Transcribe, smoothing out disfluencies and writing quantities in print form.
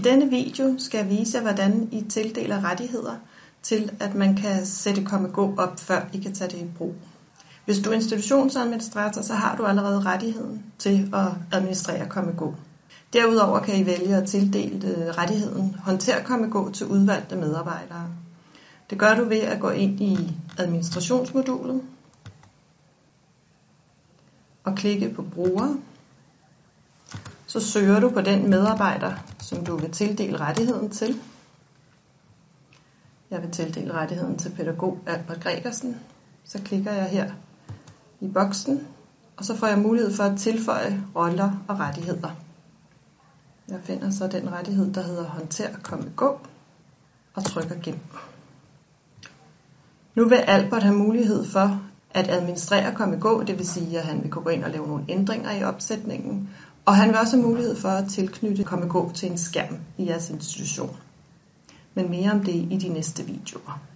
denne video skal jeg vise jer, hvordan I tildeler rettigheder til, at man kan sætte Komme-Gå op, før I kan tage det i brug. Hvis du er institutionsadministrator, så har du allerede rettigheden til at administrere Komme-Gå. Derudover kan I vælge at tildele rettigheden Håndter Komme-Gå til udvalgte medarbejdere. Det gør du ved at gå ind i administrationsmodulet og klikke på Bruger. Så søger du på den medarbejder, som du vil tildele rettigheden til. Jeg vil tildele rettigheden til pædagog Albert Gregersen. Så klikker jeg her i boksen, og så får jeg mulighed for at tilføje roller og rettigheder. Jeg finder så den rettighed, der hedder Håndter Komme-Gå, og trykker Gem. Nu vil Albert have mulighed for at administrere Komme-Gå, det vil sige, at han vil kunne gå ind og lave nogle ændringer i opsætningen, og han vil også have mulighed for at tilknytte Komme-Gå til en skærm i jeres institution. Men mere om det i de næste videoer.